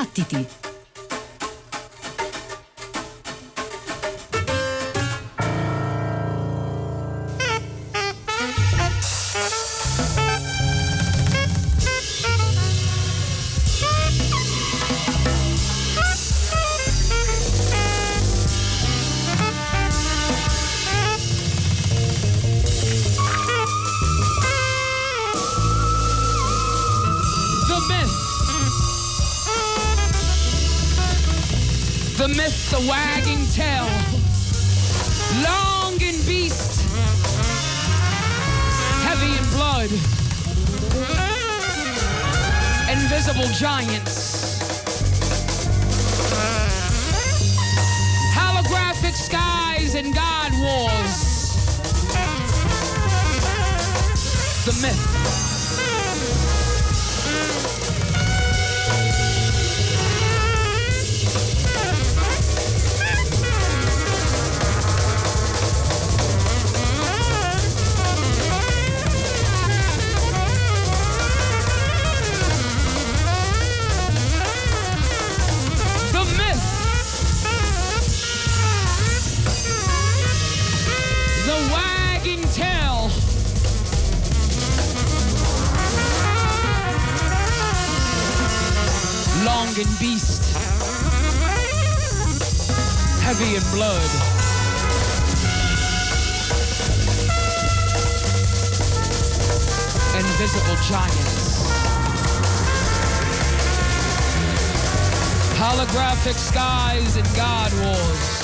Battiti! The myth, the wagging tail, long in beast, heavy in blood, invisible giants, holographic skies and God wars. The myth. And beast, heavy in blood, invisible giants, holographic skies and God wars.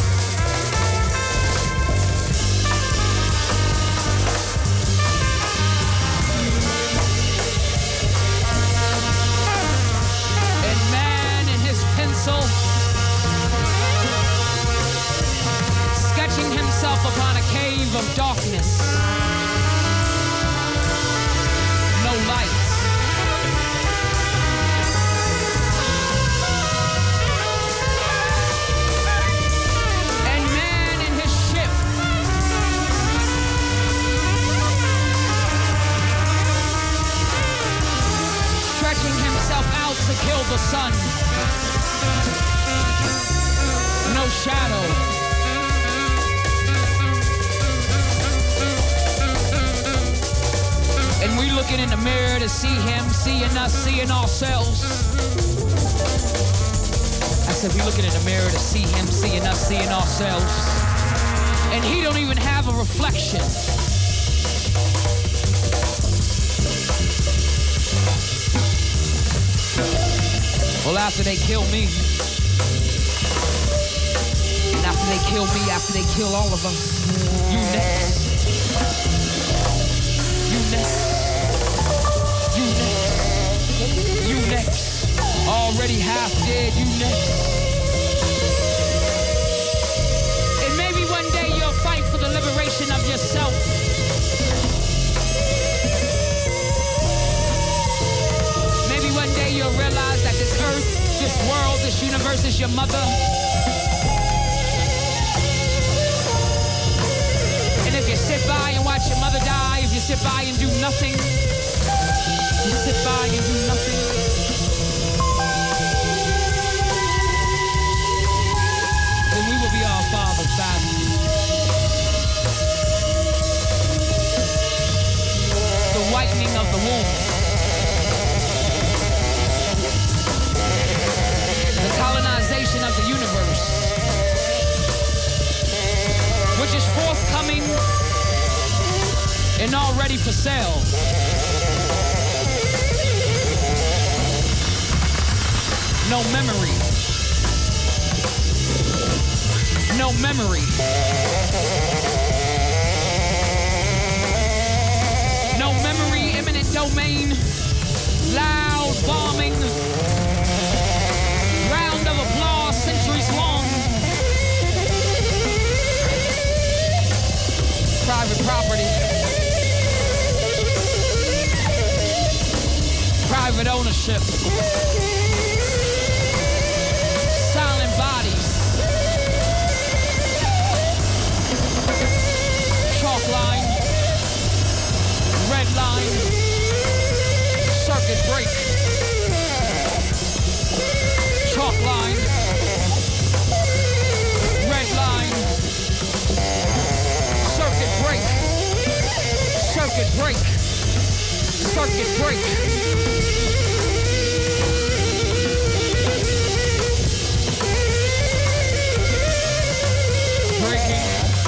Sketching himself upon a cave of darkness. No lights. And man in his ship. Stretching himself out to kill the sun. No shadow. And we looking in the mirror to see him, seeing us, seeing ourselves. I said we looking in the mirror to see him, seeing us, seeing ourselves. And he don't even have a reflection. Well, after they kill me, and after they kill me, after they kill all of us, you next. You next. You next. You next. Already half dead, you next. And maybe one day you'll fight for the liberation of yourself. Maybe one day you'll realize that this earth, this world, this universe is your mother. And if you sit by and watch your mother die, if you sit by and do nothing, you sit by and do nothing. Then we will be our Father's bastards. The whitening of the womb. The colonization of the universe, which is forthcoming and already for sale. No memory. No memory. No memory, eminent domain, loud bombing, round of applause, centuries long. Private property. Private ownership. Silent bodies. Chalk line. Red line. Circuit break. circuit break, circuit break. Breaking.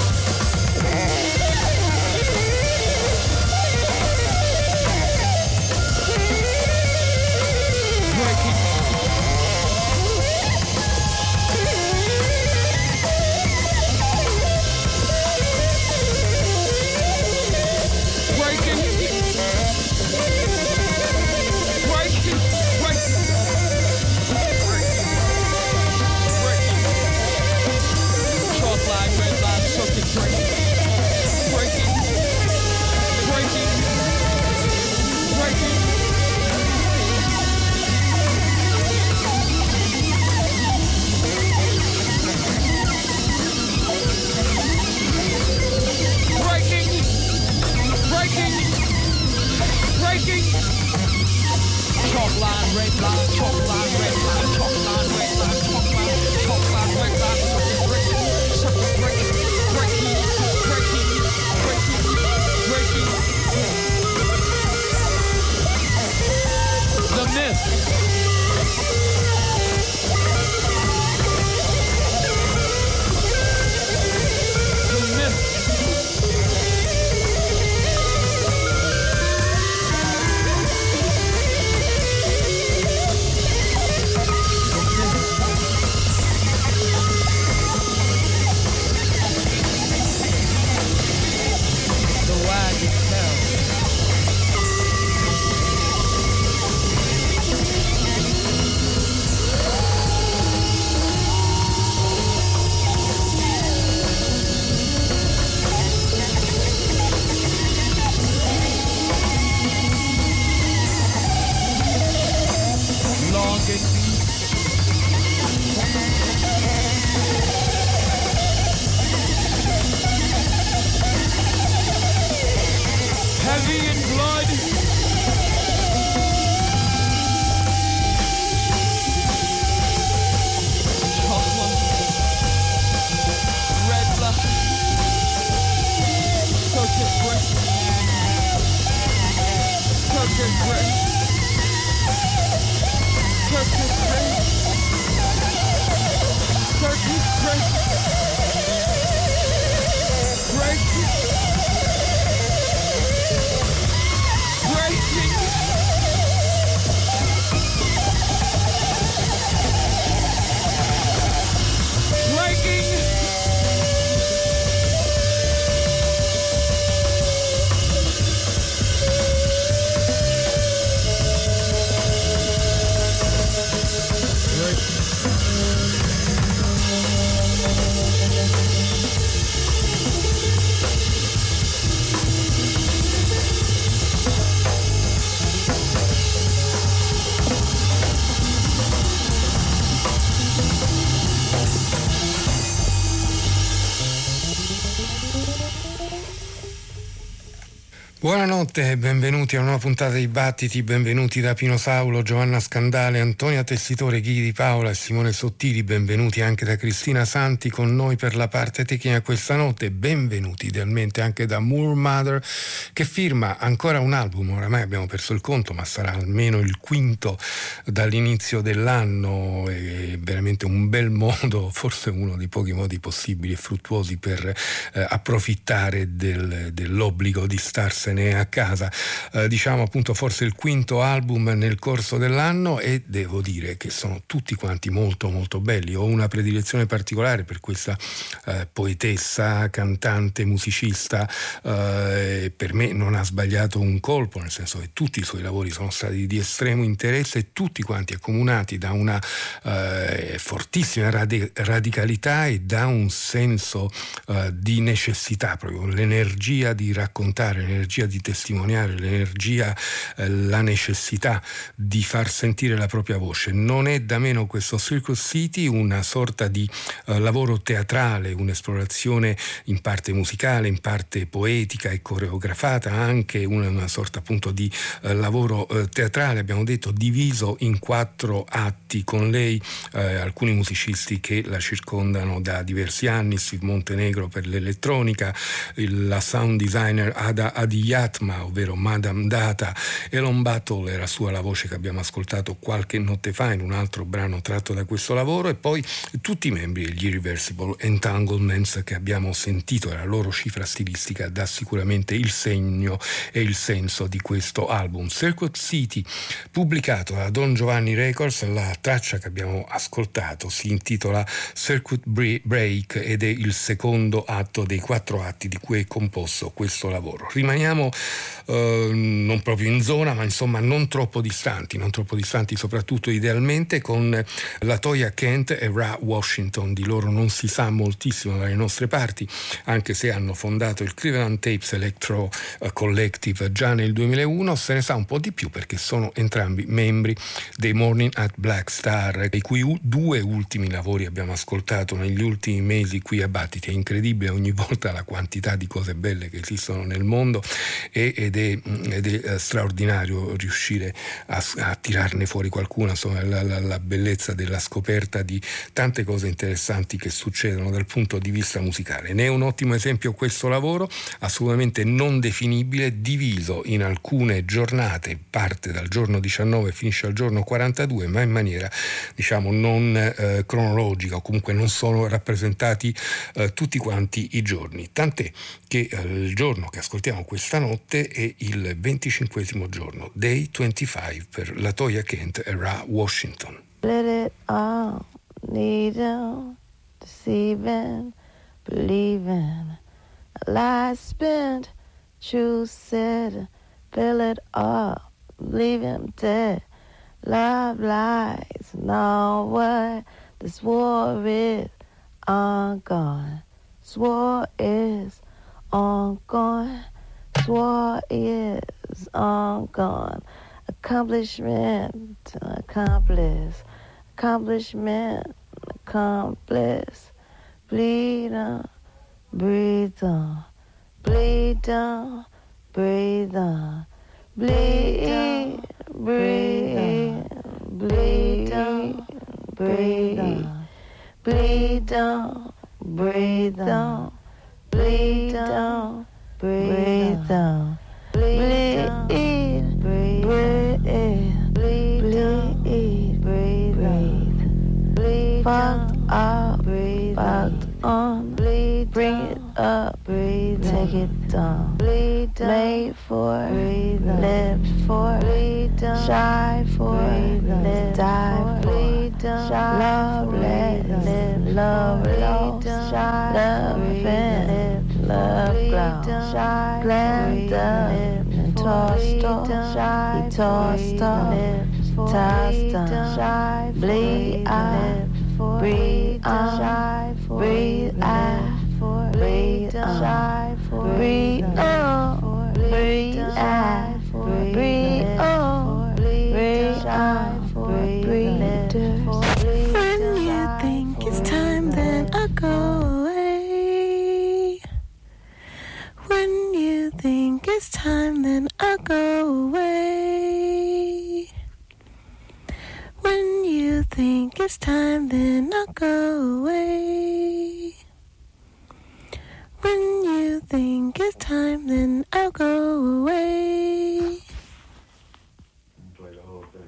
Buonanotte e benvenuti a una nuova puntata di Battiti, benvenuti da Pino Saulo, Giovanna Scandale, Antonia Tessitore, Ghidi Di Paola e Simone Sottili, benvenuti anche da Cristina Santi con noi per la parte tecnica questa notte, benvenuti idealmente anche da Moore Mother che firma ancora un album, oramai abbiamo perso il conto ma sarà almeno il quinto dall'inizio dell'anno, è veramente un bel modo, forse uno dei pochi modi possibili e fruttuosi per approfittare dell'obbligo di starsene a casa, diciamo appunto forse il quinto album nel corso dell'anno e devo dire che sono tutti quanti molto molto belli. Ho una predilezione particolare per questa poetessa, cantante, musicista, per me non ha sbagliato un colpo, nel senso che tutti i suoi lavori sono stati di estremo interesse e tutti quanti accomunati da una fortissima radicalità e da un senso di necessità, proprio l'energia di raccontare, l'energia di testimoniare, l'energia, la necessità di far sentire la propria voce. Non è da meno questo Circus City una sorta di lavoro teatrale, un'esplorazione in parte musicale, in parte poetica e coreografata, anche una sorta appunto di lavoro teatrale, abbiamo detto, diviso in 4 atti, con lei alcuni musicisti che la circondano da diversi anni, Steve Montenegro per l'elettronica, la sound designer Ada Adi Yatma, ovvero Madame Data. Elon Battle era sua la voce che abbiamo ascoltato qualche notte fa in un altro brano tratto da questo lavoro, e poi tutti i membri degli Irreversible Entanglements che abbiamo sentito. La loro cifra stilistica dà sicuramente il segno e il senso di questo album. Circuit City, pubblicato da Don Giovanni Records, la traccia che abbiamo ascoltato si intitola Circuit Break ed è il secondo atto dei 4 atti di cui è composto questo lavoro. Rimaniamo non proprio in zona, ma insomma non troppo distanti soprattutto idealmente, con LaToya Kent e Ra Washington. Di loro non si sa moltissimo dalle nostre parti, anche se hanno fondato il Cleveland Tapes Electro Collective già nel 2001. Se ne sa un po' di più perché sono entrambi membri dei Morning at Black Star, i cui 2 ultimi lavori abbiamo ascoltato negli ultimi mesi qui a Battiti. È incredibile ogni volta la quantità di cose belle che esistono nel mondo, ed è straordinario riuscire a tirarne fuori qualcuna. Insomma, la bellezza della scoperta di tante cose interessanti che succedono dal punto di vista musicale. Ne è un ottimo esempio questo lavoro, assolutamente non definibile, diviso in alcune giornate, parte dal giorno 19 e finisce al giorno 42, ma in maniera diciamo non cronologica, o comunque non sono rappresentati tutti quanti i giorni, tant'è che il giorno che ascoltiamo questa notte è il 25esimo giorno, Day 25, per LaToya Kent e Ra Washington. Let it all, needle, deceiving, believing, a lie spent, truth said, fill it up, leave him dead. Love lies, know what this war is ongoing. This war is ongoing. This war is ongoing. Accomplishment, accomplice. Accomplishment, accomplice. Bleed on, breathe on. Bleed on, breathe on. Bleed, breathe, bleed on, breathe on. Bleed on, breathe on. Bleed on, breathe on. Bleed, breathe, bleed, breathe. Fucked up, fucked on. Bring it up, take it down. Made for, lived for, shy for, die for. Love, let live, love lost, love in, love ground. Glammed up and tossed off, he tossed off, tossed on. Bleed out, breathe on, breathe out. Breathe on, breathe on, breathe out, breathe on, breathe on, breathe. When you think it's time, then I go away. When you think it's time, then I go away. When you think it's time, then I go away. When you think it's time, then I'll go away. Play the whole thing.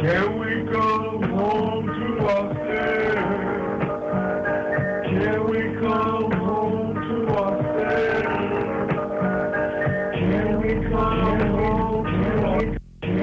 Can we come home to ourselves? Can we come home to ourselves? Can we come home to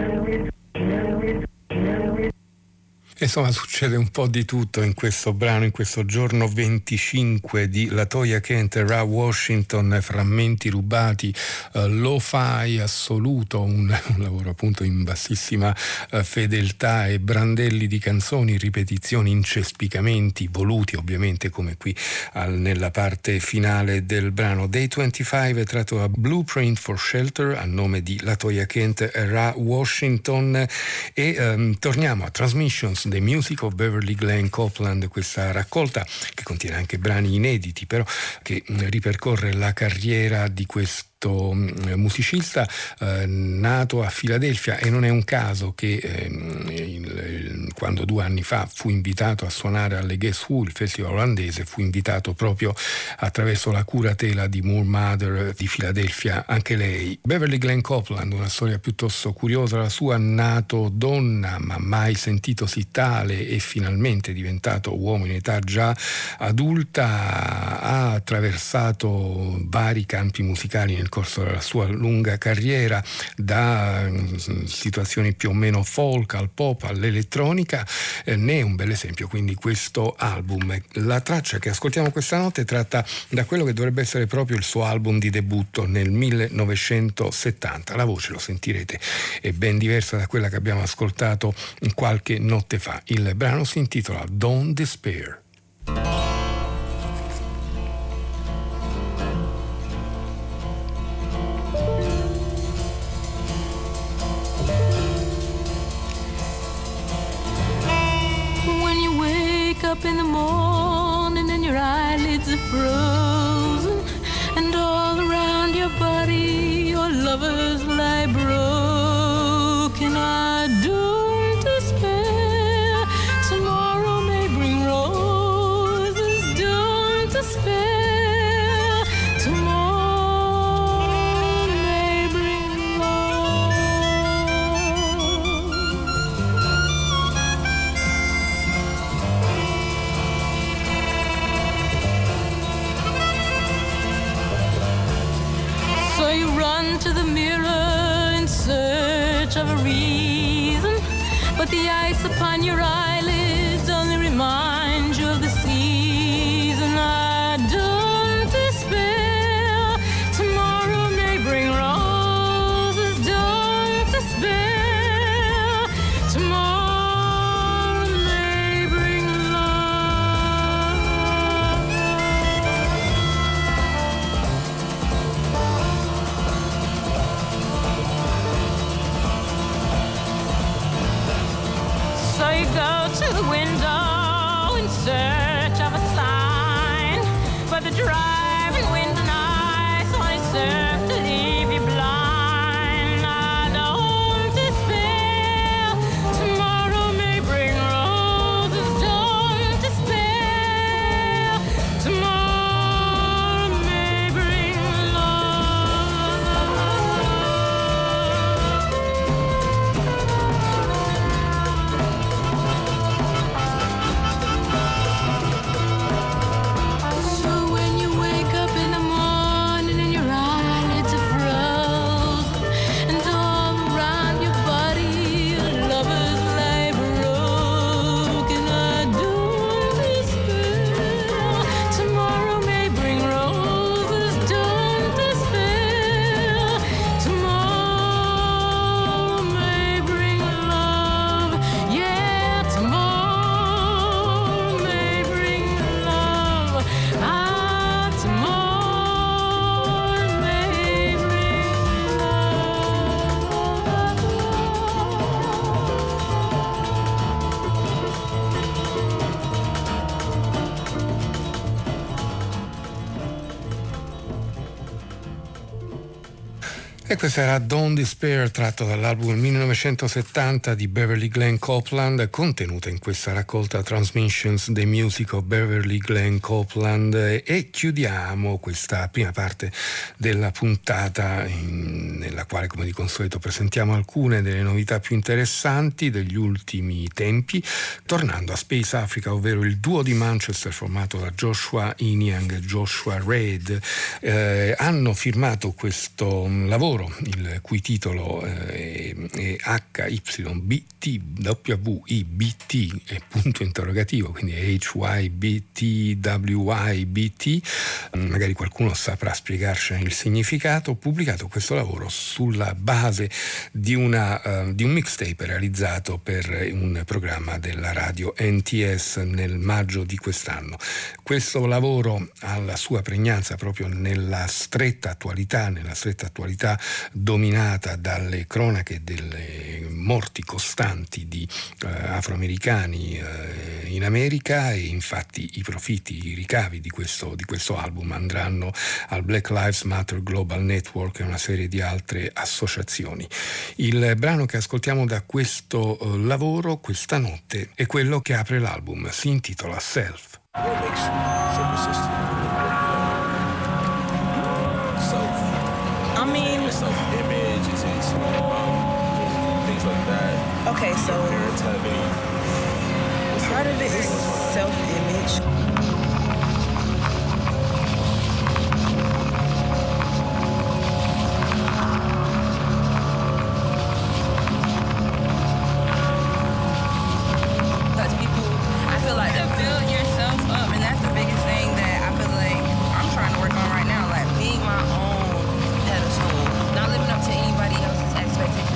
Insomma, succede un po' di tutto in questo brano, in questo giorno 25 di Latoya Kent e Ra Washington, frammenti rubati, lo-fi assoluto, un lavoro appunto in bassissima fedeltà e brandelli di canzoni, ripetizioni, incespicamenti voluti ovviamente come qui nella parte finale del brano. Day 25 è tratto da Blueprint for Shelter a nome di Latoya Kent e Ra Washington e torniamo a Transmissions, The Music of Beverly Glenn Copeland, questa raccolta che contiene anche brani inediti però che ripercorre la carriera di questo musicista nato a Filadelfia, e non è un caso che quando 2 anni fa fu invitato a suonare alle Guess Who, il festival olandese, fu invitato proprio attraverso la curatela di Moore Mother di Filadelfia anche lei. Beverly Glenn Copeland, una storia piuttosto curiosa la sua, nato donna ma mai sentitosi tale e finalmente diventato uomo in età già adulta, ha attraversato vari campi musicali nel corso della sua lunga carriera, da situazioni più o meno folk al pop all'elettronica, ne è un bel esempio quindi questo album. La traccia che ascoltiamo questa notte è tratta da quello che dovrebbe essere proprio il suo album di debutto nel 1970. La voce, lo sentirete, è ben diversa da quella che abbiamo ascoltato qualche notte fa. Il brano si intitola Don't Despair. Up in the morning and your eyelids are frozen, and all around your body your lovers lie broken. I don't despair, tomorrow may bring roses. Don't despair, tomorrow may bring love. So you run to the mirror in search of a reason, but the ice upon your eyelids only reminds you of the season. I don't despair, tomorrow may bring roses. Don't despair, tomorrow may bring love. So you go to the window in search of a sign, but the driving wind and ice only serve to leave you blind. I don't despair, tomorrow may bring roses. Don't despair, tomorrow may bring love. So when you wake E questa era Don't Despair, tratto dall'album 1970 di Beverly Glenn Copeland, contenuta in questa raccolta Transmissions, The Music of Beverly Glenn Copeland. E chiudiamo questa prima parte della puntata nella quale, come di consueto, presentiamo alcune delle novità più interessanti degli ultimi tempi, tornando a Space Africa, ovvero il duo di Manchester formato da Joshua Iniang e Joshua Reid. Hanno firmato questo lavoro, il cui titolo è HYBTWYBT e punto interrogativo, quindi HYBTWYBT. Magari qualcuno saprà spiegarci il significato. Ho pubblicato questo lavoro sulla base di un mixtape realizzato per un programma della radio NTS nel maggio di quest'anno. Questo lavoro ha la sua pregnanza proprio nella stretta attualità dominata dalle cronache delle morti costanti di afroamericani in America, e infatti i ricavi di questo album andranno al Black Lives Matter Global Network e una serie di altre associazioni. Il brano che ascoltiamo da questo lavoro questa notte è quello che apre l'album, si intitola Self. Okay, so part of it is self-image. Because people, I feel like to build yourself up, and that's the biggest thing that I feel like I'm trying to work on right now, like being my own pedestal, not living up to anybody else's expectations.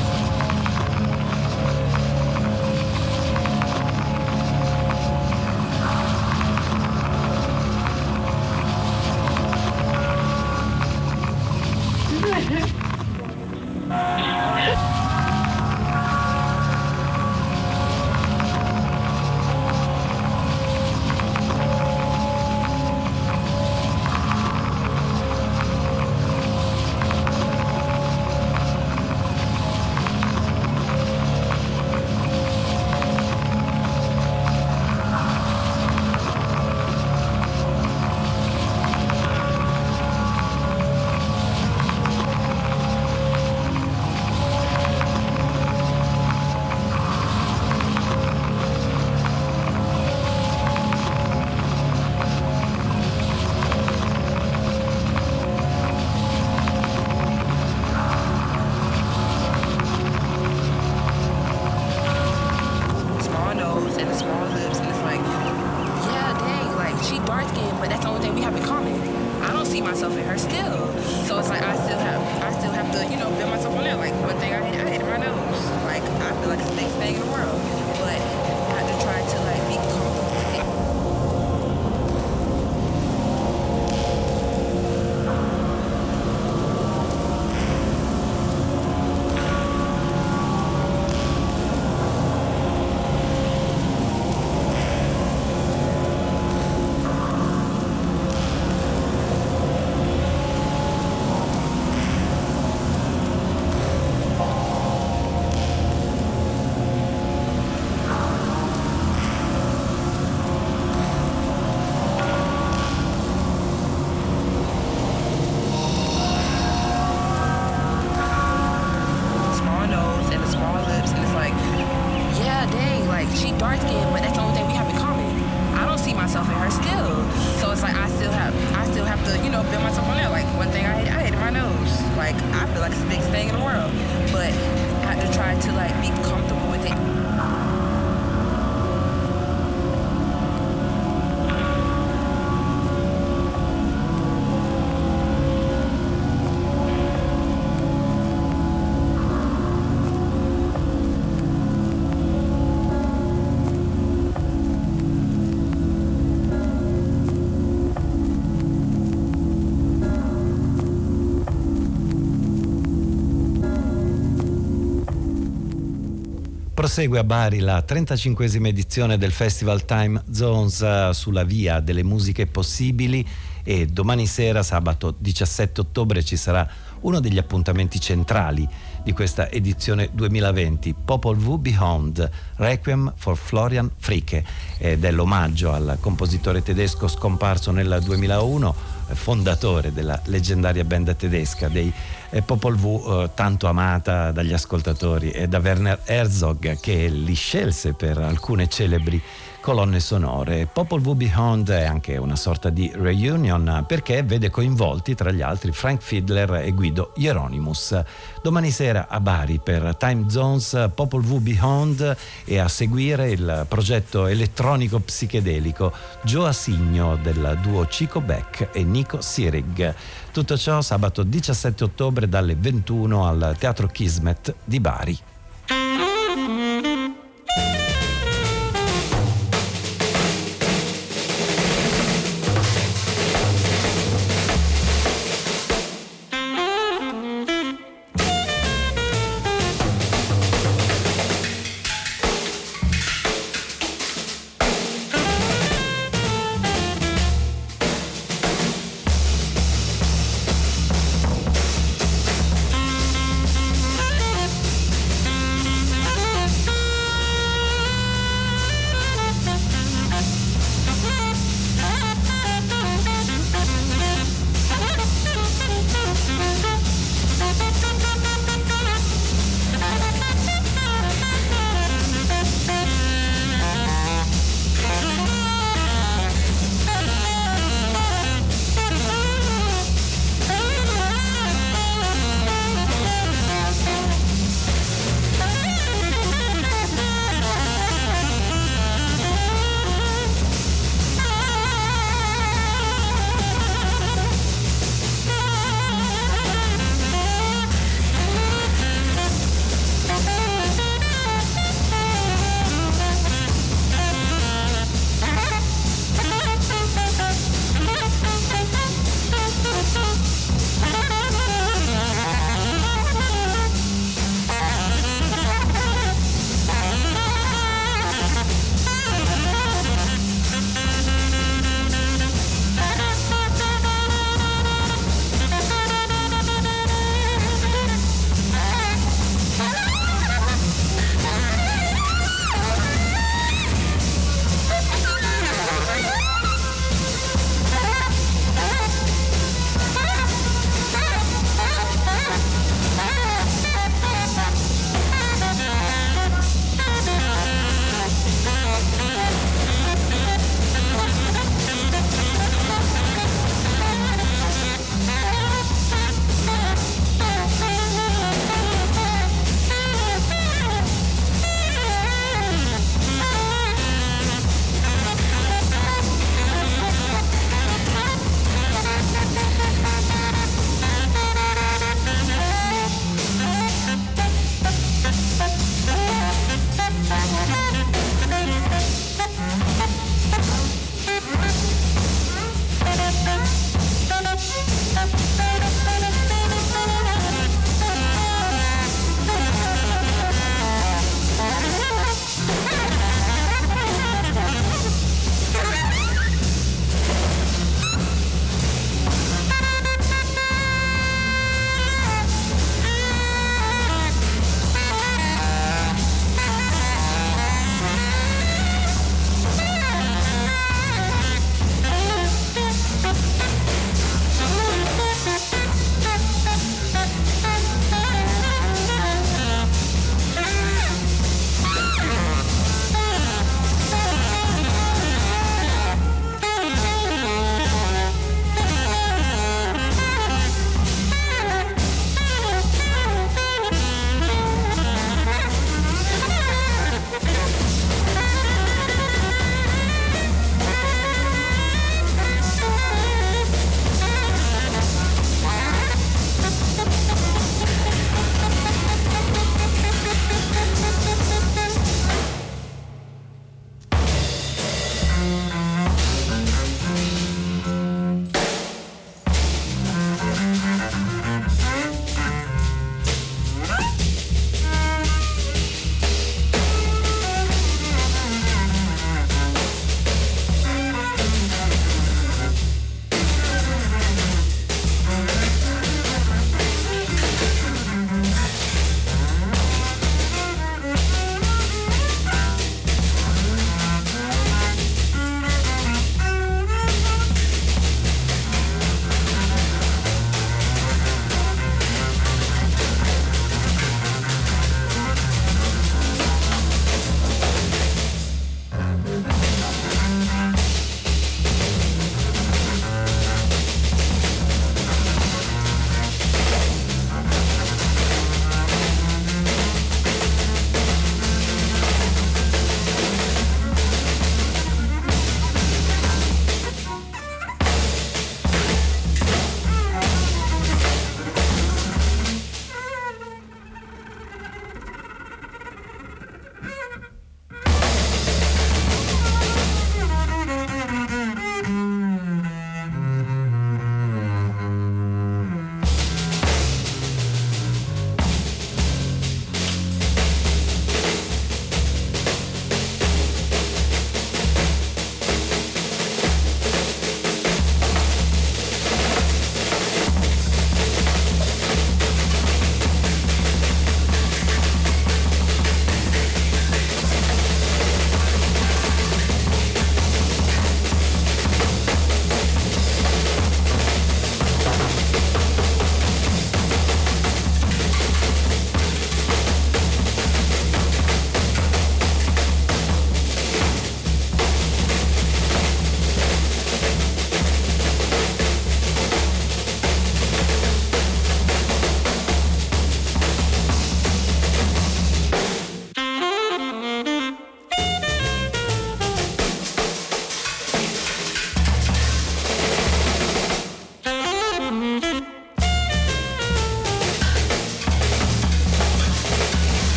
Prosegue a Bari la 35esima edizione del Festival Time Zones sulla via delle musiche possibili, e domani sera, sabato 17 ottobre, ci sarà uno degli appuntamenti centrali di questa edizione 2020, Popol Vuh Beyond, Requiem for Florian Fricke, ed è l'omaggio al compositore tedesco scomparso nel 2001, fondatore della leggendaria band tedesca dei Popol Vuh, tanto amata dagli ascoltatori e da Werner Herzog, che li scelse per alcune celebri colonne sonore. Popol Vuh Beyond è anche una sorta di reunion, perché vede coinvolti tra gli altri Frank Fiedler e Guido Hieronymus. Domani sera a Bari per Time Zones Popol Vuh Beyond, e a seguire il progetto elettronico psichedelico Joe Asigno del duo Chico Beck e Nico Sirig. Tutto ciò sabato 17 ottobre dalle 21 al Teatro Kismet di Bari.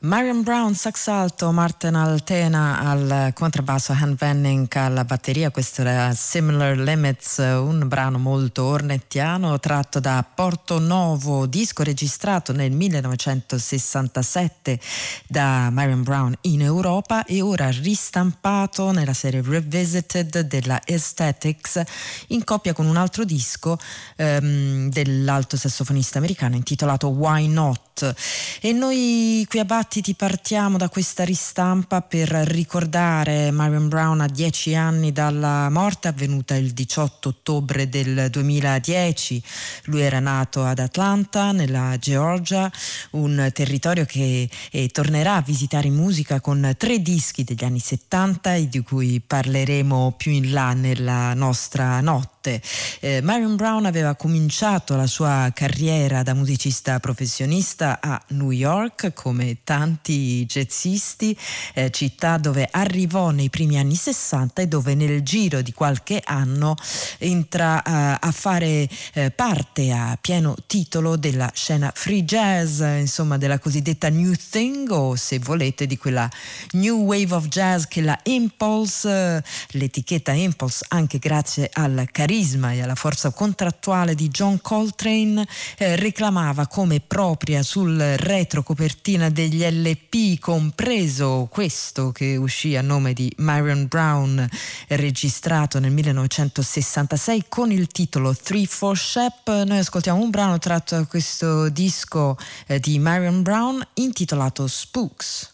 Marion Brown sax alto, Martin Altena al contrabbasso, Han Venning alla batteria. Questo era Similar Limits, un brano molto ornettiano tratto da Porto Novo, disco registrato nel 1967 da Marion Brown in Europa e ora ristampato nella serie Revisited della Aesthetics in coppia con un altro disco dell'alto sassofonista americano intitolato Why Not. E noi qui a Battiti partiamo da questa ristampa per ricordare Marion Brown a 10 anni dalla morte avvenuta il 18 ottobre del 2010. Lui era nato ad Atlanta, nella Georgia, un territorio che tornerà a visitare in musica con 3 dischi degli anni 70 e di cui parleremo più in là nella nostra notte. Marion Brown aveva cominciato la sua carriera da musicista professionista a New York, come tanti jazzisti, città dove arrivò nei primi anni 60 e dove nel giro di qualche anno entra a fare parte a pieno titolo della scena free jazz, insomma della cosiddetta new thing, o se volete di quella new wave of jazz che la Impulse, l'etichetta Impulse, anche grazie al carisma e alla forza contrattuale di John Coltrane, reclamava come propria sul retrocopertina degli LP, compreso questo che uscì a nome di Marion Brown, registrato nel 1966 con il titolo 3-4 Shep. Noi ascoltiamo un brano tratto da questo disco di Marion Brown intitolato Spooks.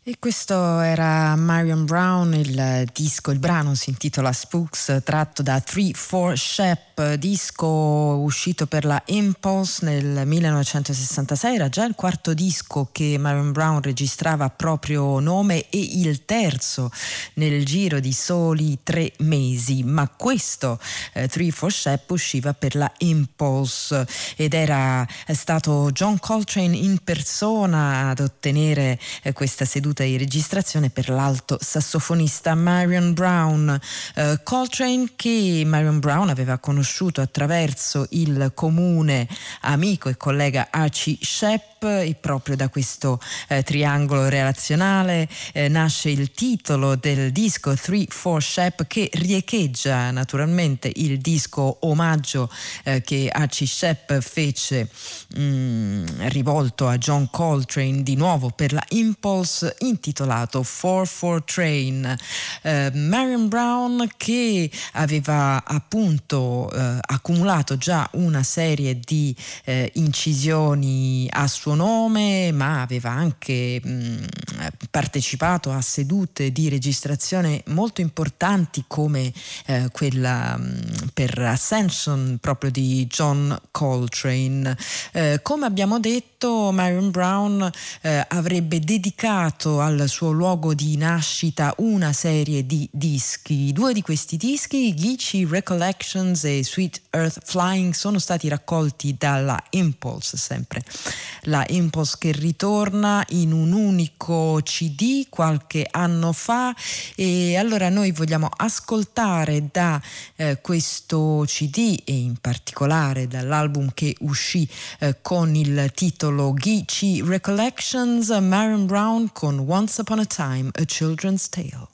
E questo era Marion Brown, il brano si intitola Spooks, tratto da 3-4 Shep, disco uscito per la Impulse nel 1966, era già il quarto disco che Marion Brown registrava a proprio nome e il terzo nel giro di soli 3 mesi, ma questo 3-4 Shep usciva per la Impulse ed era stato John Coltrane in persona ad ottenere questa seduta di registrazione per l'alto sassofonista Marion Brown. Coltrane, che Marion Brown aveva conosciuto attraverso il comune amico e collega Archie Shepp, e proprio da questo triangolo relazionale nasce il titolo del disco 3-4 Shepp, che riecheggia naturalmente il disco omaggio che Archie Shepp fece rivolto a John Coltrane di nuovo per la Impulse, intitolato 4-4 Train. Marion Brown, che aveva appunto accumulato già una serie di incisioni a suo nome, ma aveva anche partecipato a sedute di registrazione molto importanti come quella per Ascension proprio di John Coltrane. Come abbiamo detto, Marion Brown avrebbe dedicato al suo luogo di nascita una serie di dischi. 2 di questi dischi, Geechee Recollections e Sweet Earth Flying, sono stati raccolti dalla Impulse, sempre la Impulse che ritorna in un unico CD qualche anno fa. E allora noi vogliamo ascoltare da questo CD, e in particolare dall'album che uscì con il titolo Geechee Recollections, Marion Brown con Once Upon a Time, A Children's Tale.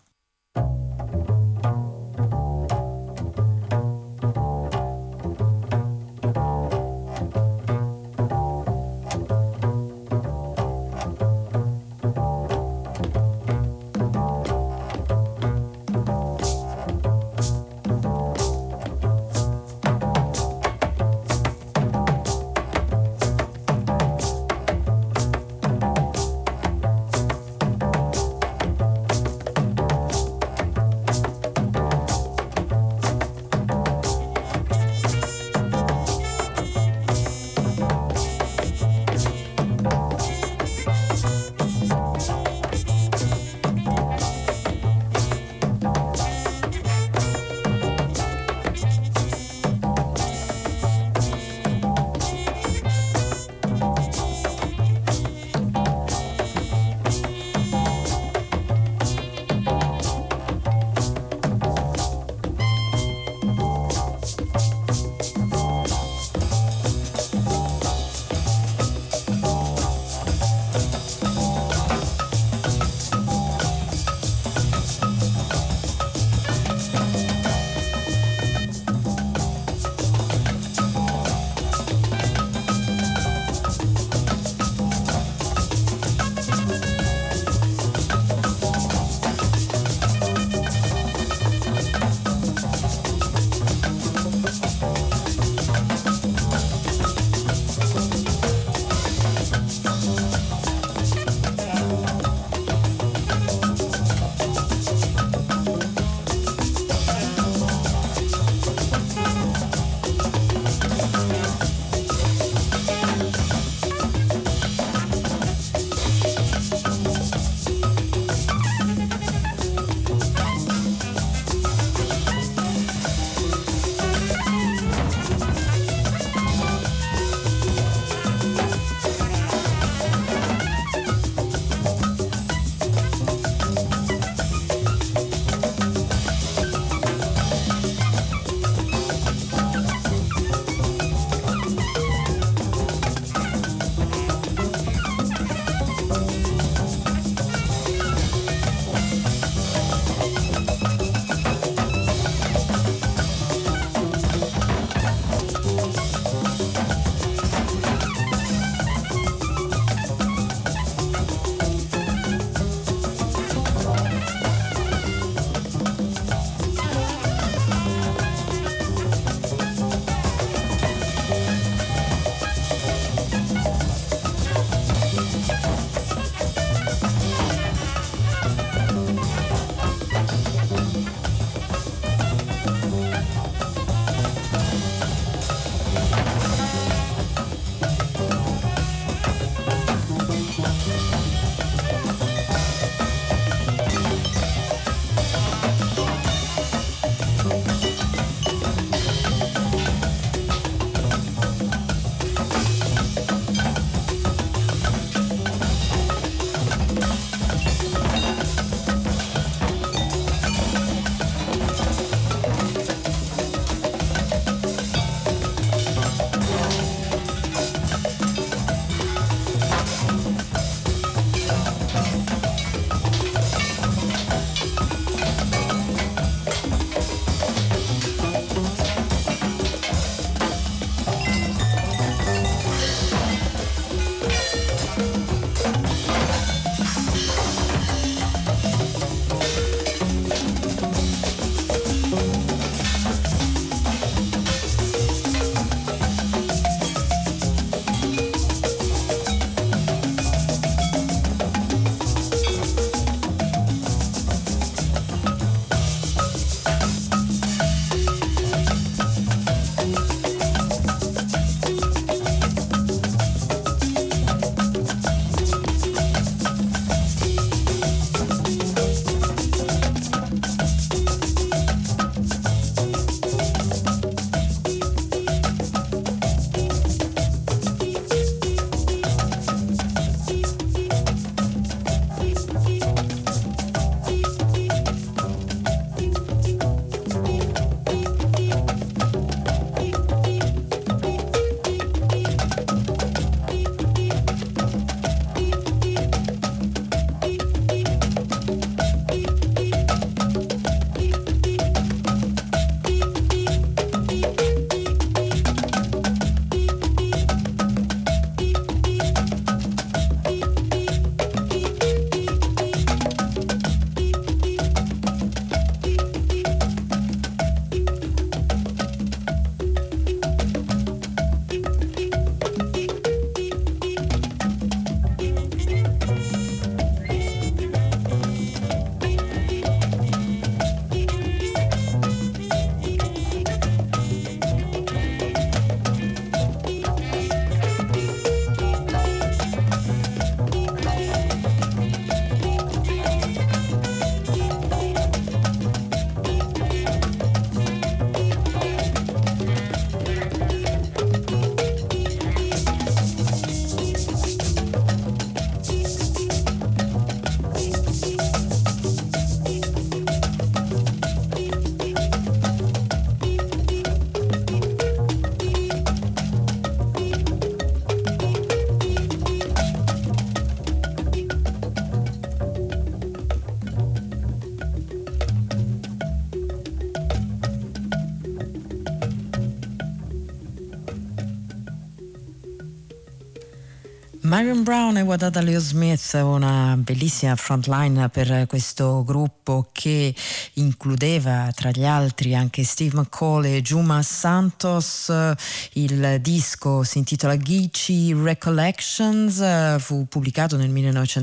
Marion Brown e Wadada Leo Smith, una bellissima frontline per questo gruppo che includeva tra gli altri anche Steve McCall e Juma Santos. Il disco si intitola Geechee Recollections, fu pubblicato nel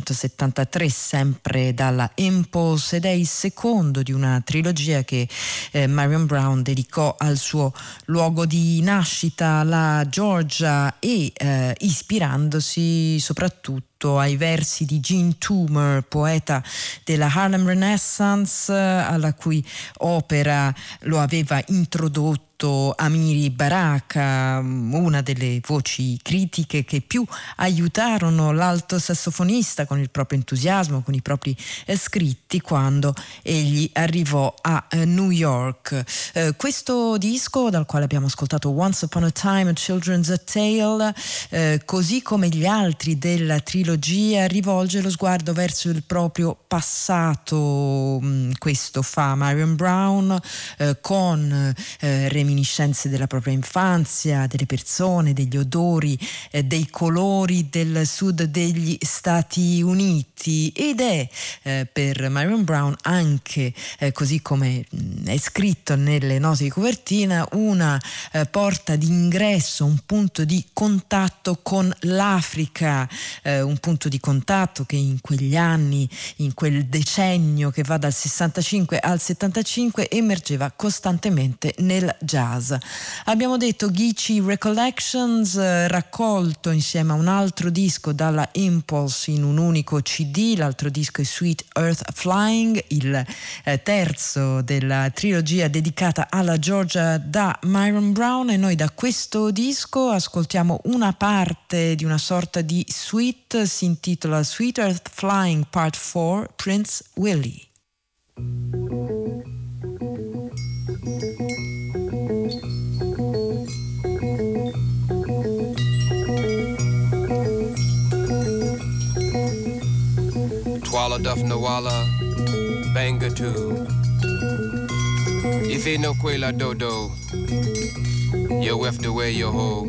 1973 sempre dalla Impulse ed è il secondo di una trilogia che Marion Brown dedicò al suo luogo di nascita, la Georgia, e ispirandosi soprattutto ai versi di Gene Toomer, poeta della Harlem Renaissance, alla cui opera lo aveva introdotto Amiri Baraka, una delle voci critiche che più aiutarono l'alto sassofonista con il proprio entusiasmo, con i propri scritti quando egli arrivò a New York. Questo disco, dal quale abbiamo ascoltato Once Upon a Time, A Children's Tale, così come gli altri della trilogia, rivolge lo sguardo verso il proprio passato. Questo fa Marion Brown con reminiscenze della propria infanzia, delle persone, degli odori, dei colori del sud degli Stati Uniti, ed è per Marion Brown anche, così come è scritto nelle note di copertina, una porta d'ingresso, un punto di contatto con l'Africa, un punto di contatto che in quegli anni, in quel decennio che va dal 65 al 75, emergeva costantemente nel jazz. Abbiamo detto Geechee Recollections, raccolto insieme a un altro disco dalla Impulse in un unico CD. L'altro disco è Sweet Earth Flying, il terzo della trilogia dedicata alla Georgia da Marion Brown, e noi da questo disco ascoltiamo una parte di una sorta di suite, si intitola Sweet Earth Flying Part 4, Prince Willie. Twala Duff Nawala, Bangatu. Ife no Quela Dodo, yo wef the way yo ho.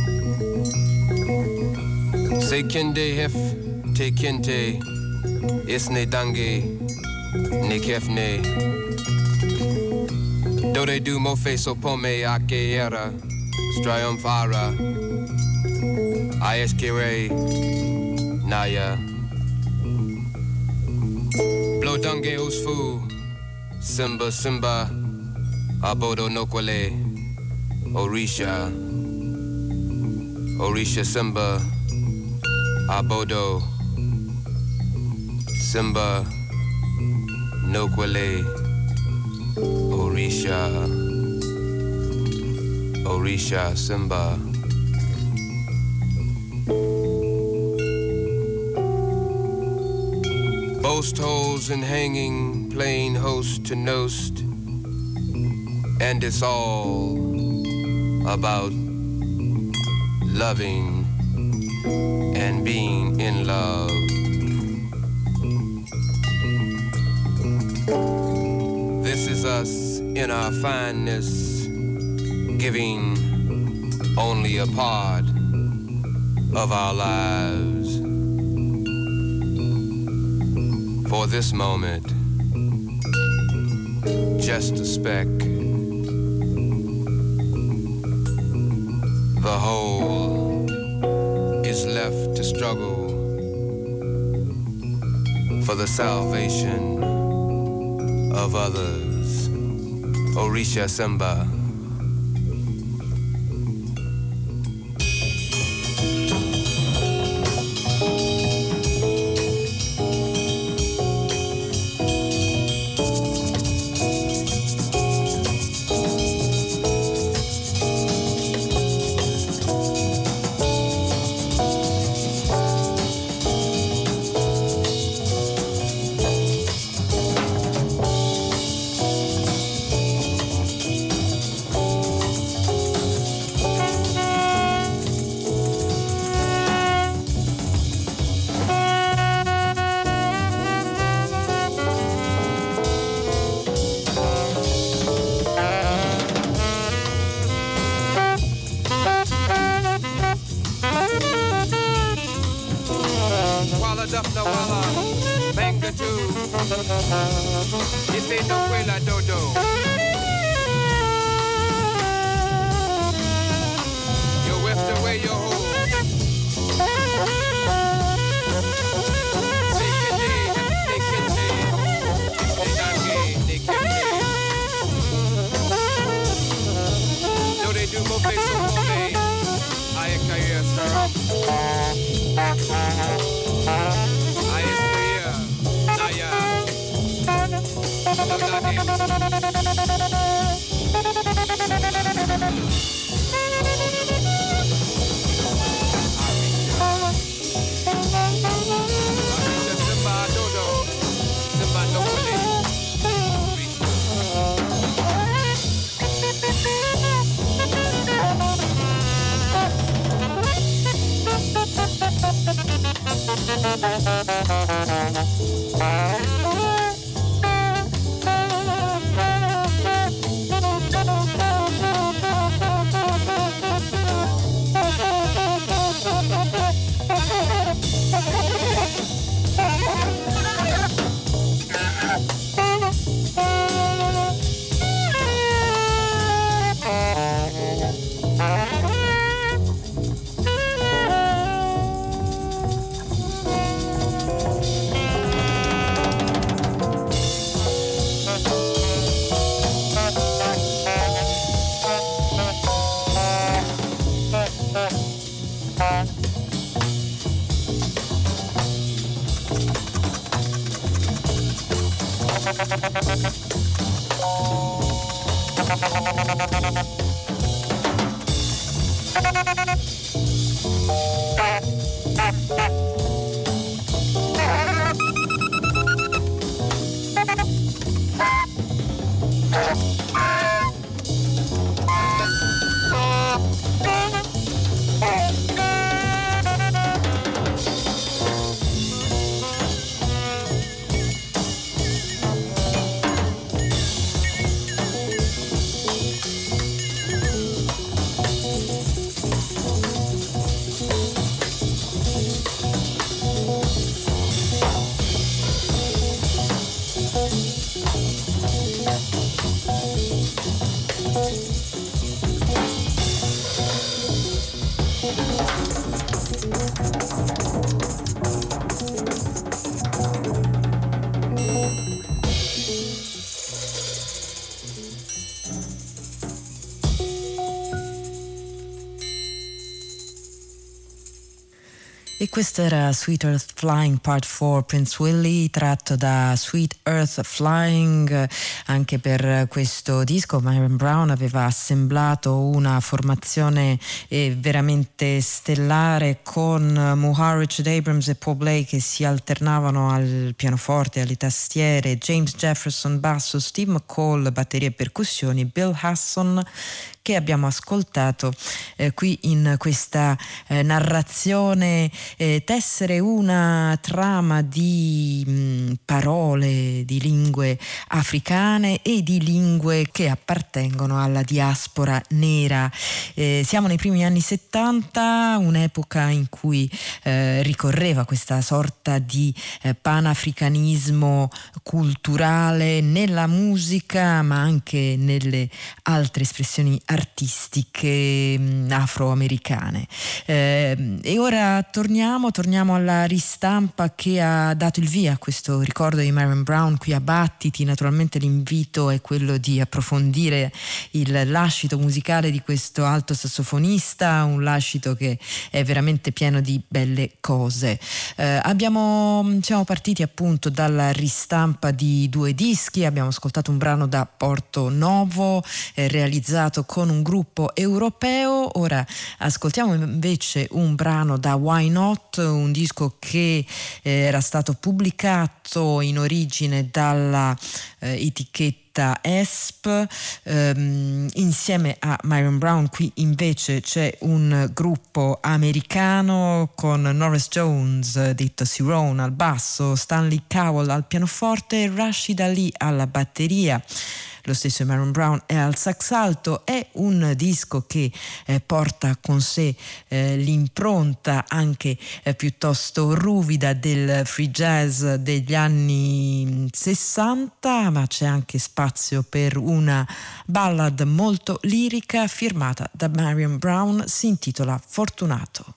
Say Kinde Hef, Te Kinte, Isne Dange, Ne Kefne. Do they do Mofe so Pome Akeera, Striumphara, Ieskire, Naya. Blow Dange Usfu, Simba Simba, Abodo Nokwale, Orisha, Orisha Simba, Abodo, Simba, Nokwale, Orisha, Orisha Simba. Boast holes and hanging, plain host to nost, and it's all about loving and being in love. This is us in our fineness, giving only a part of our lives. For this moment, just a speck. The whole is left to struggle for the salvation of others. Orisha Simba. up the walla, banga too. If ain't no quella dodo. You whipped away your hoe. Say your name, they can name. If they not gay, they can name. No, they do more face on more name. I career, sir. I career, Naya. No, not him. E questo era Sweet Earth Flying Part 4, Prince Willie, tratto da Sweet Earth Flying. Anche per questo disco Myron Brown aveva assemblato una formazione veramente stellare con Muhar Richard Abrams e Paul Bley che si alternavano al pianoforte, alle tastiere, James Jefferson basso, Steve McCall batterie e percussioni, Bill Hasson che abbiamo ascoltato qui in questa narrazione, tessere una trama di parole, di lingue africane e di lingue che appartengono alla diaspora nera. Siamo nei primi anni 70, un'epoca in cui ricorreva questa sorta di panafricanismo culturale nella musica ma anche nelle altre espressioni artistiche afroamericane. E ora torniamo alla ristampa che ha dato il via a questo ricordo di Myron Brown qui a Battiti. Naturalmente l'invito è quello di approfondire il lascito musicale di questo alto sassofonista, un lascito che è veramente pieno di belle cose. Siamo partiti appunto dalla ristampa di 2 dischi, abbiamo ascoltato un brano da Porto Novo realizzato con un gruppo europeo. Ora ascoltiamo invece un brano da Why Not, un disco che era stato pubblicato in origine dalla etichetta ESP insieme a Myron Brown. Qui invece c'è un gruppo americano con Norris Jones, detto Cyrone, al basso, Stanley Cowell al pianoforte e Rashid Ali alla batteria. lo stesso Marion Brown è al sax alto. È un disco che porta con sé l'impronta anche piuttosto ruvida del free jazz degli anni 60, ma c'è anche spazio per una ballad molto lirica firmata da Marion Brown, si intitola Fortunato.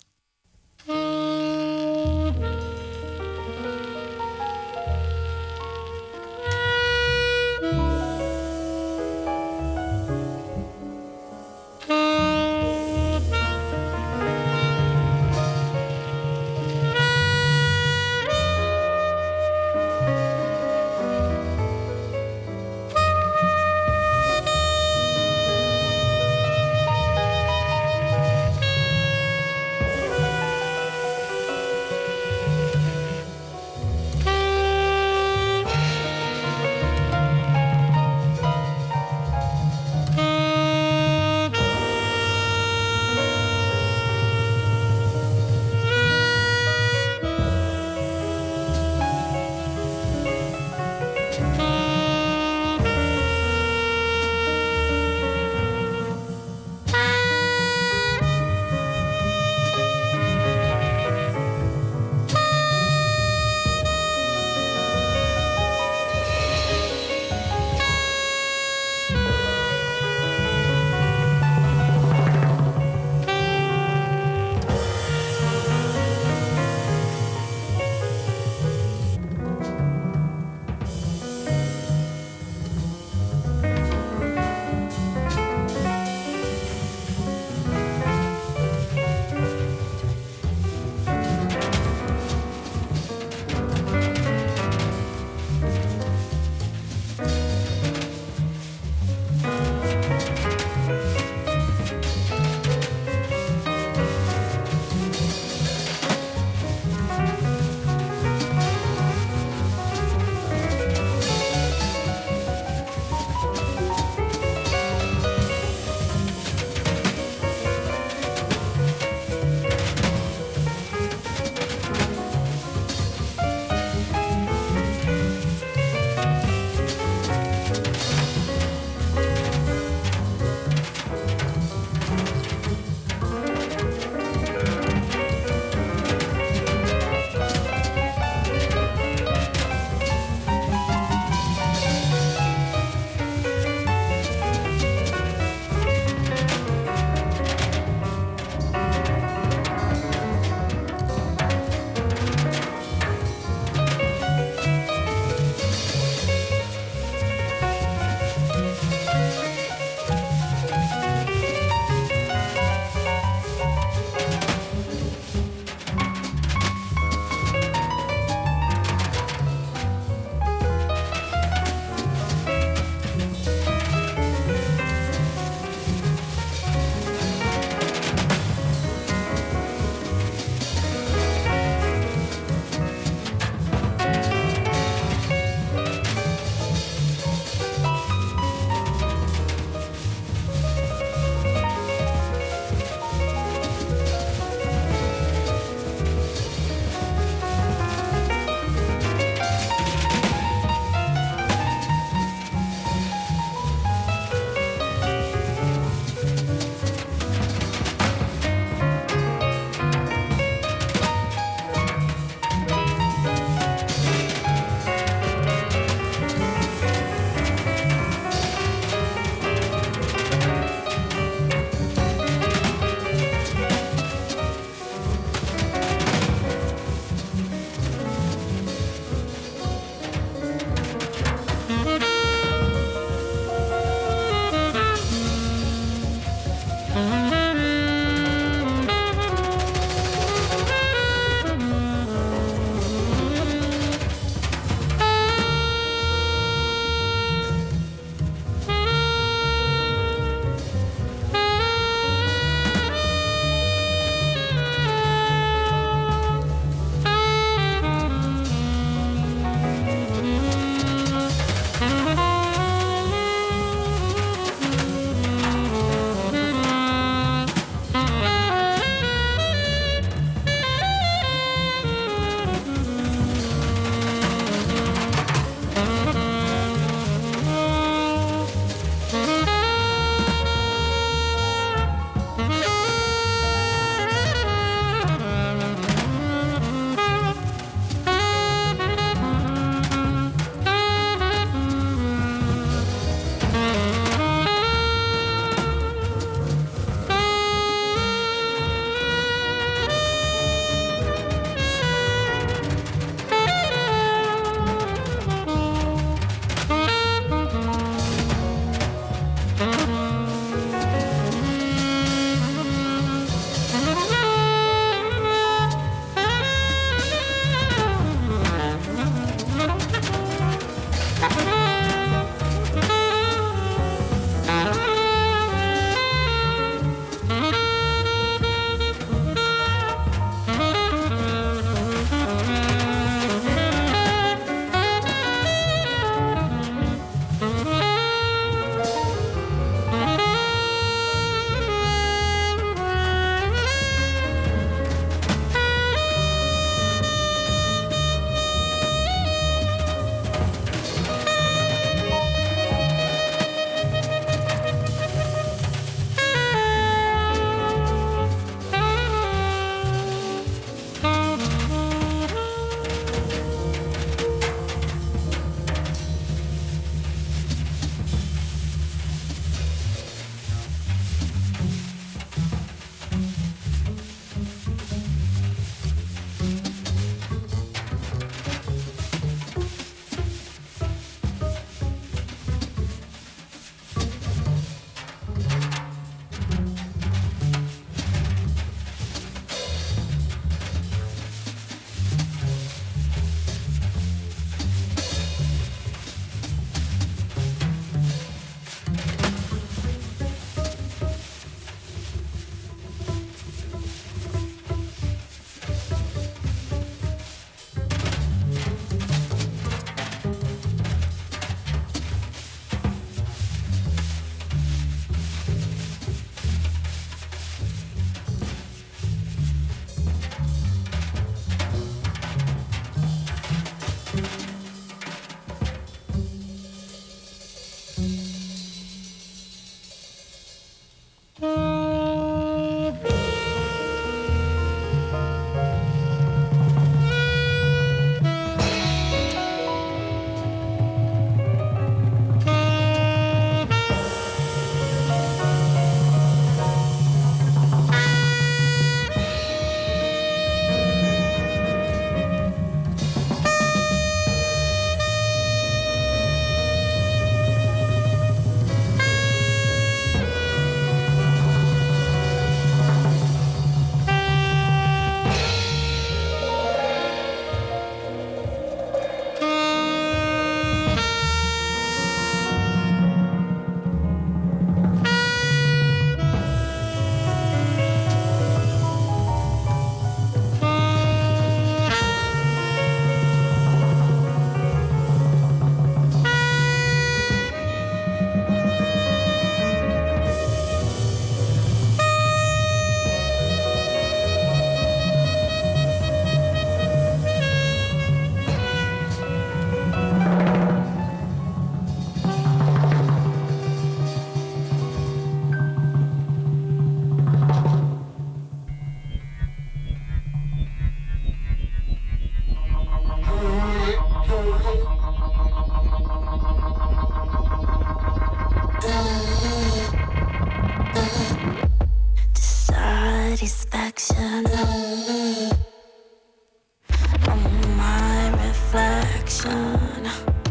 reflection.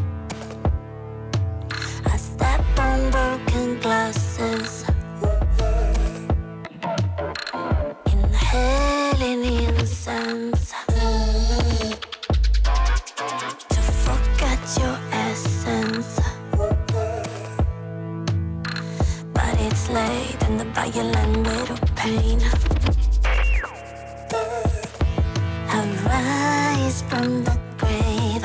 I step on broken glasses, inhaling incense, to forget your essence. But it's late and the violent weight of pain. I rise from the grave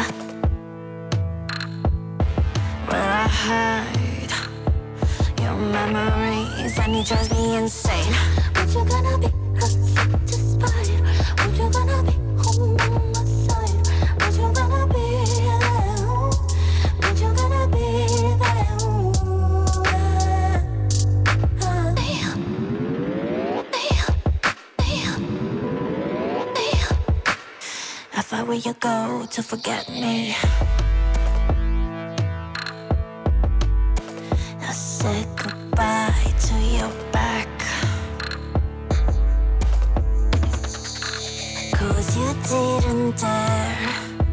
where I hide your memories, and it drives me insane. What you gonna be satisfied? What you gonna be home on my side? What you gonna be there? What you gonna be there? I find where you go to forget me. I said goodbye to your back, 'cause you didn't dare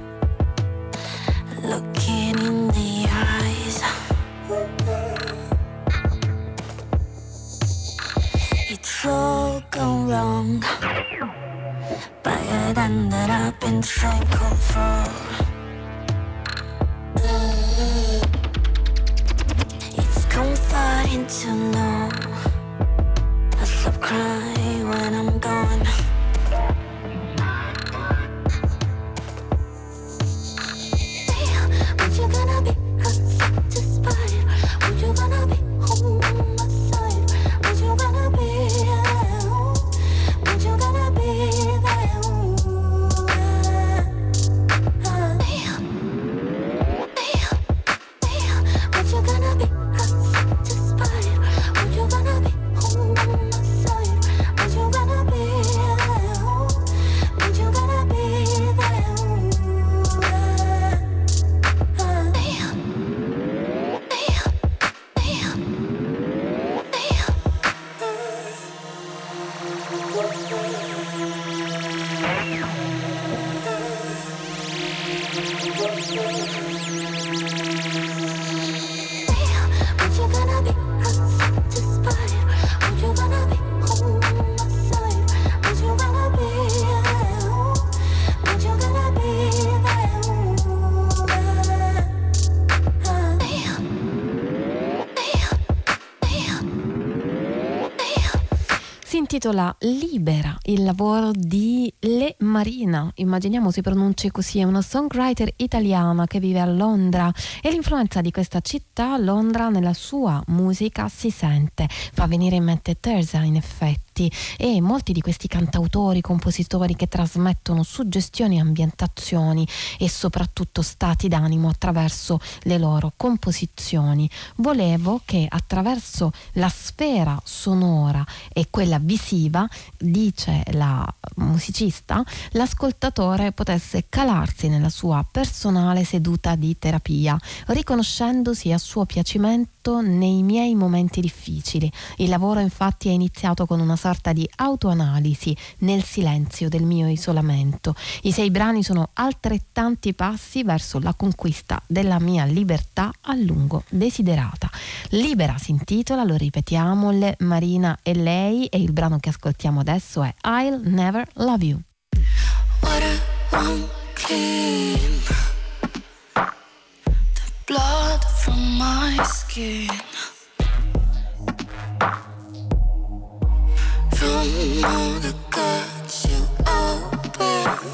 looking in the eyes. It's all gone wrong, but it ended up in cycle 4. It's comforting to know I stop crying when I'm gone. What you gonna be satisfied? What you gonna be home on my side? What you gonna be there? What you gonna be there? What you gonna be satisfied? What you gonna be home on my side? What you gonna be there? What you gonna be there? What you gonna be satisfied? What you gonna be home on my side? What you gonna be there? What you gonna be there? Si intitola Libera, il lavoro di Le Marina, immaginiamo si pronunci così, è una songwriter italiana che vive a Londra e l'influenza di questa città, Londra, nella sua musica si sente, fa venire in mente Terza in effetti, e molti di questi cantautori, compositori che trasmettono suggestioni e ambientazioni e soprattutto stati d'animo attraverso le loro composizioni. Volevo che attraverso la sfera sonora e quella visiva, dice la musicista, l'ascoltatore potesse calarsi nella sua personale seduta di terapia, riconoscendosi a suo piacimento nei miei momenti difficili. Il lavoro infatti è iniziato con una sorta di autoanalisi nel silenzio del mio isolamento. I 6 brani sono altrettanti passi verso la conquista della mia libertà a lungo desiderata. Libera si intitola, lo ripetiamo, Le Marina e lei, e il brano che ascoltiamo adesso è I'll Never Love You. Water won't clean the blood from my skin, from all the cuts you opened.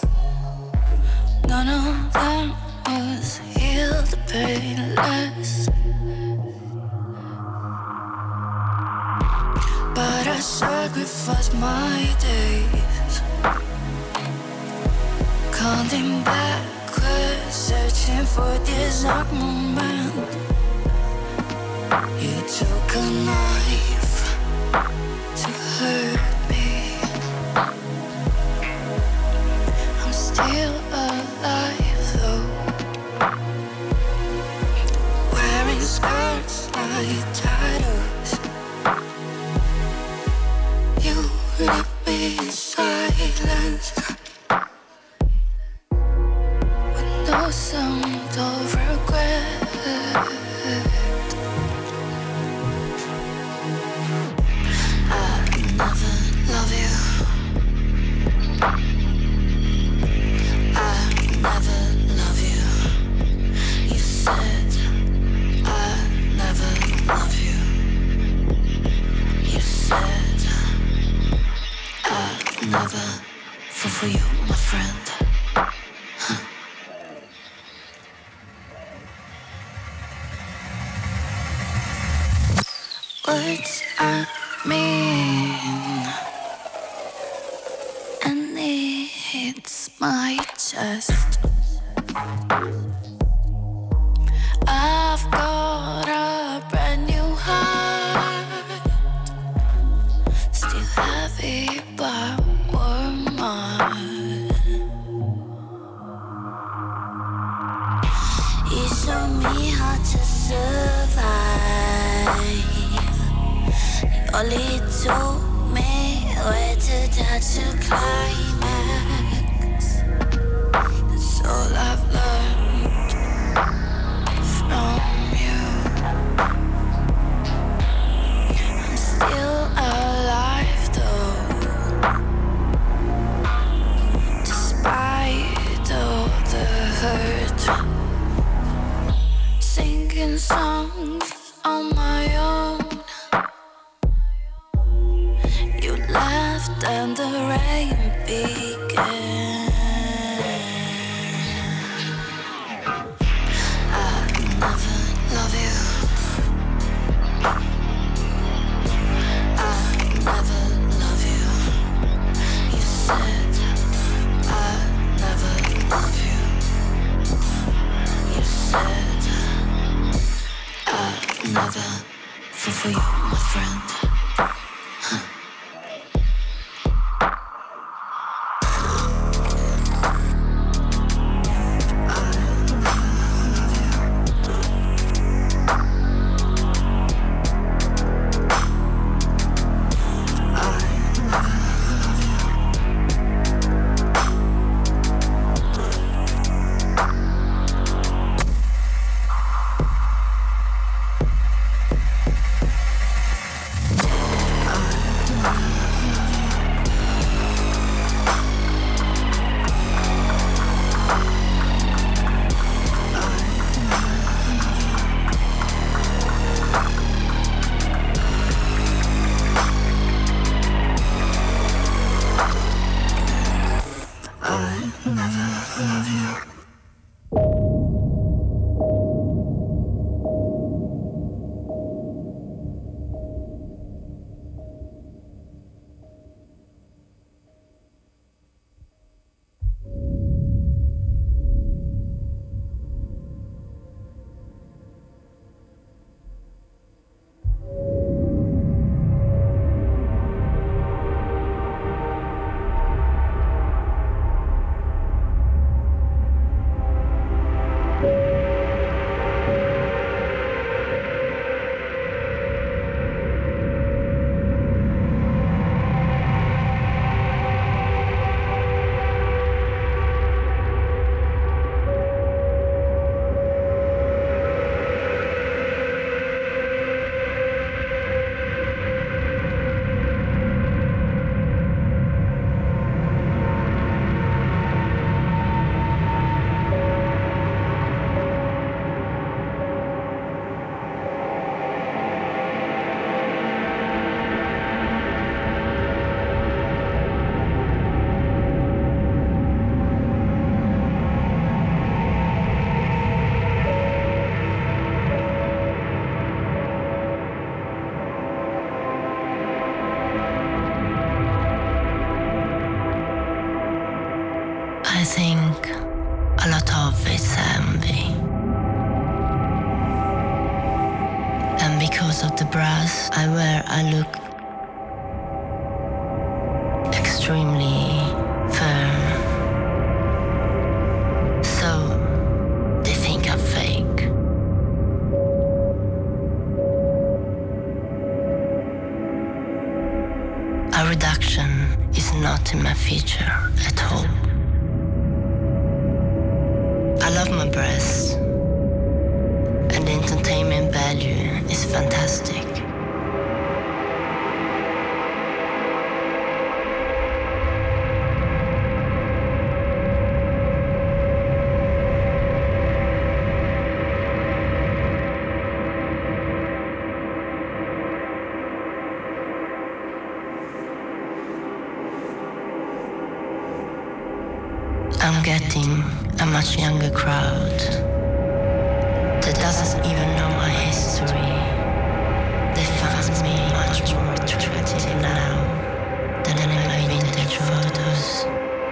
None of them was healed, the pain less. But I sacrificed my days, counting backwards, searching for this dark moment. You took a knife to hurt me. I'm still alive though, wearing skirts like titles. You left me in silence with no words I mean, and it hits my chest. I've got a brand new heart, still heavy but warmer. You show me how to survive. You only told me where to touch a climax. That's all I've learned from you. I'm still alive though, despite all the hurt. Singing songs on my own. You left and the rain began. I'll never love you. I'll never love you. You said I'll never love you. You said I'll never fall for you, my friend. I think a lot of it's envy. And because of the brass I wear, I look extremely firm. So they think I'm fake. A reduction is not in my feature at all. I love my breasts, and the entertainment value is fantastic. I'm getting a much younger crowd that doesn't even know my history. They find loves me much more tragic now than in my vintage photos.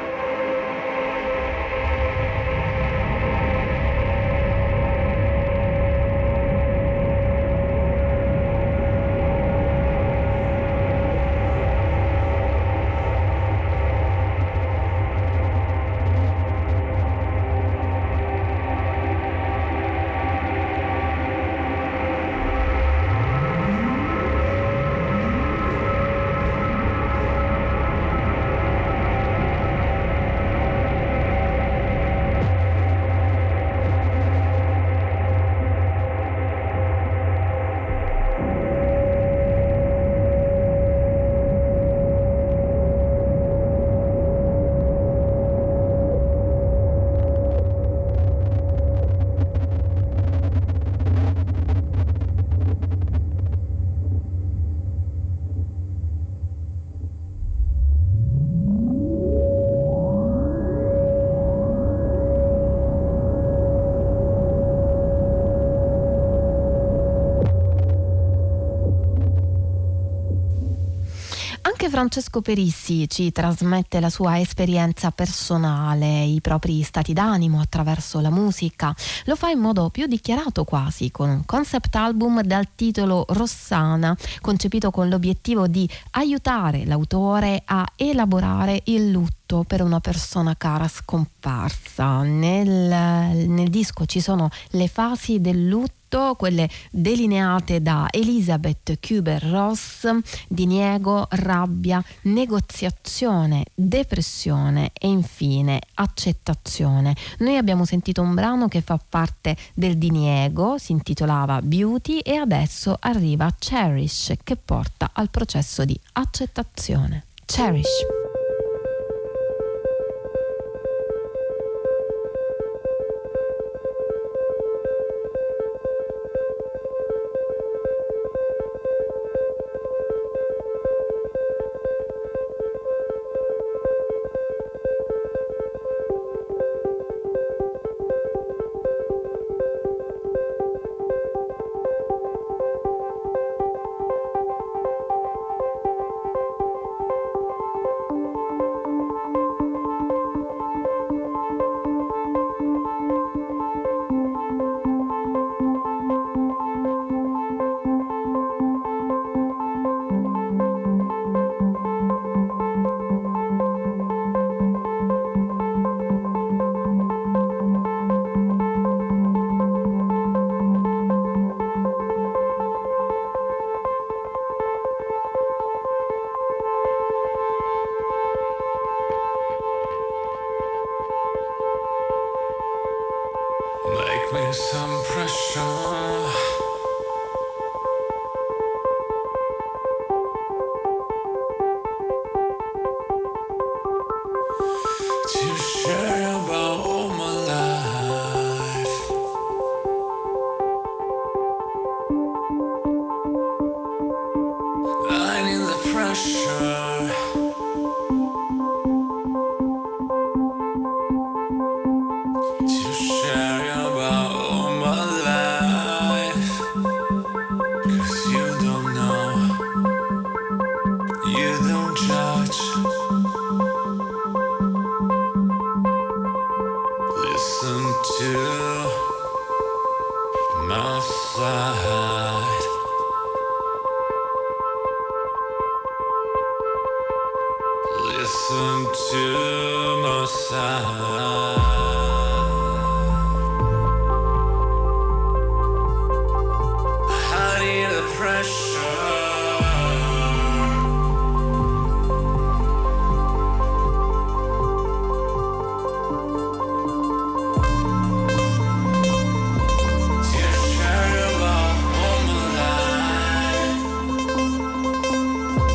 Francesco Perissi ci trasmette la sua esperienza personale, i propri stati d'animo attraverso la musica. Lo fa in modo più dichiarato quasi, con un concept album dal titolo Rossana, concepito con l'obiettivo di aiutare l'autore a elaborare il lutto per una persona cara scomparsa. Nel disco ci sono le fasi del lutto, quelle delineate da Elisabeth Kübler-Ross: diniego, rabbia, negoziazione, depressione e infine accettazione. Noi abbiamo sentito un brano che fa parte del diniego, si intitolava Beauty, e adesso arriva Cherish, che porta al processo di accettazione. Cherish. Some pressure. To share about all my life. I need the pressure. To share about all my life. 'Cause you don't know, you don't judge. Listen to my side. Listen to my side. I need the pressure.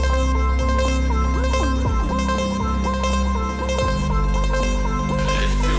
If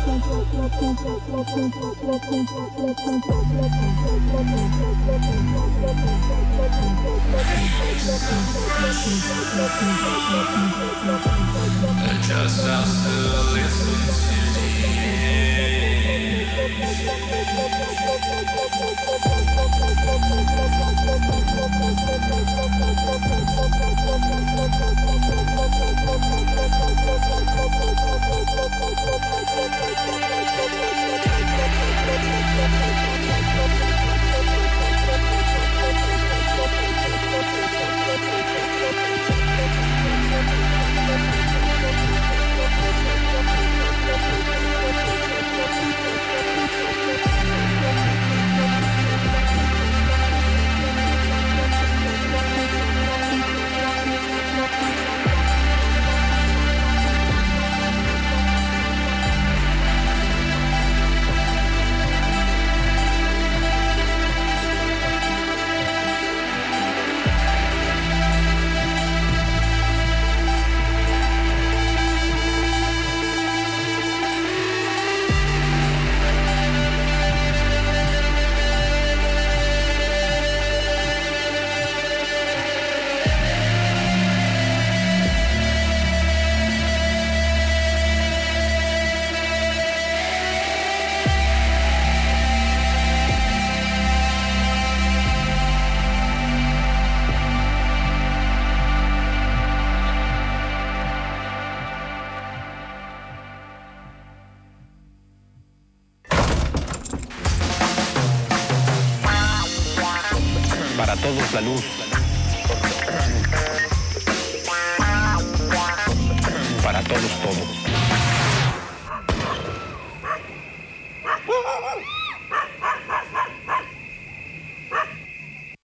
I just have to listen to Para todos la luz.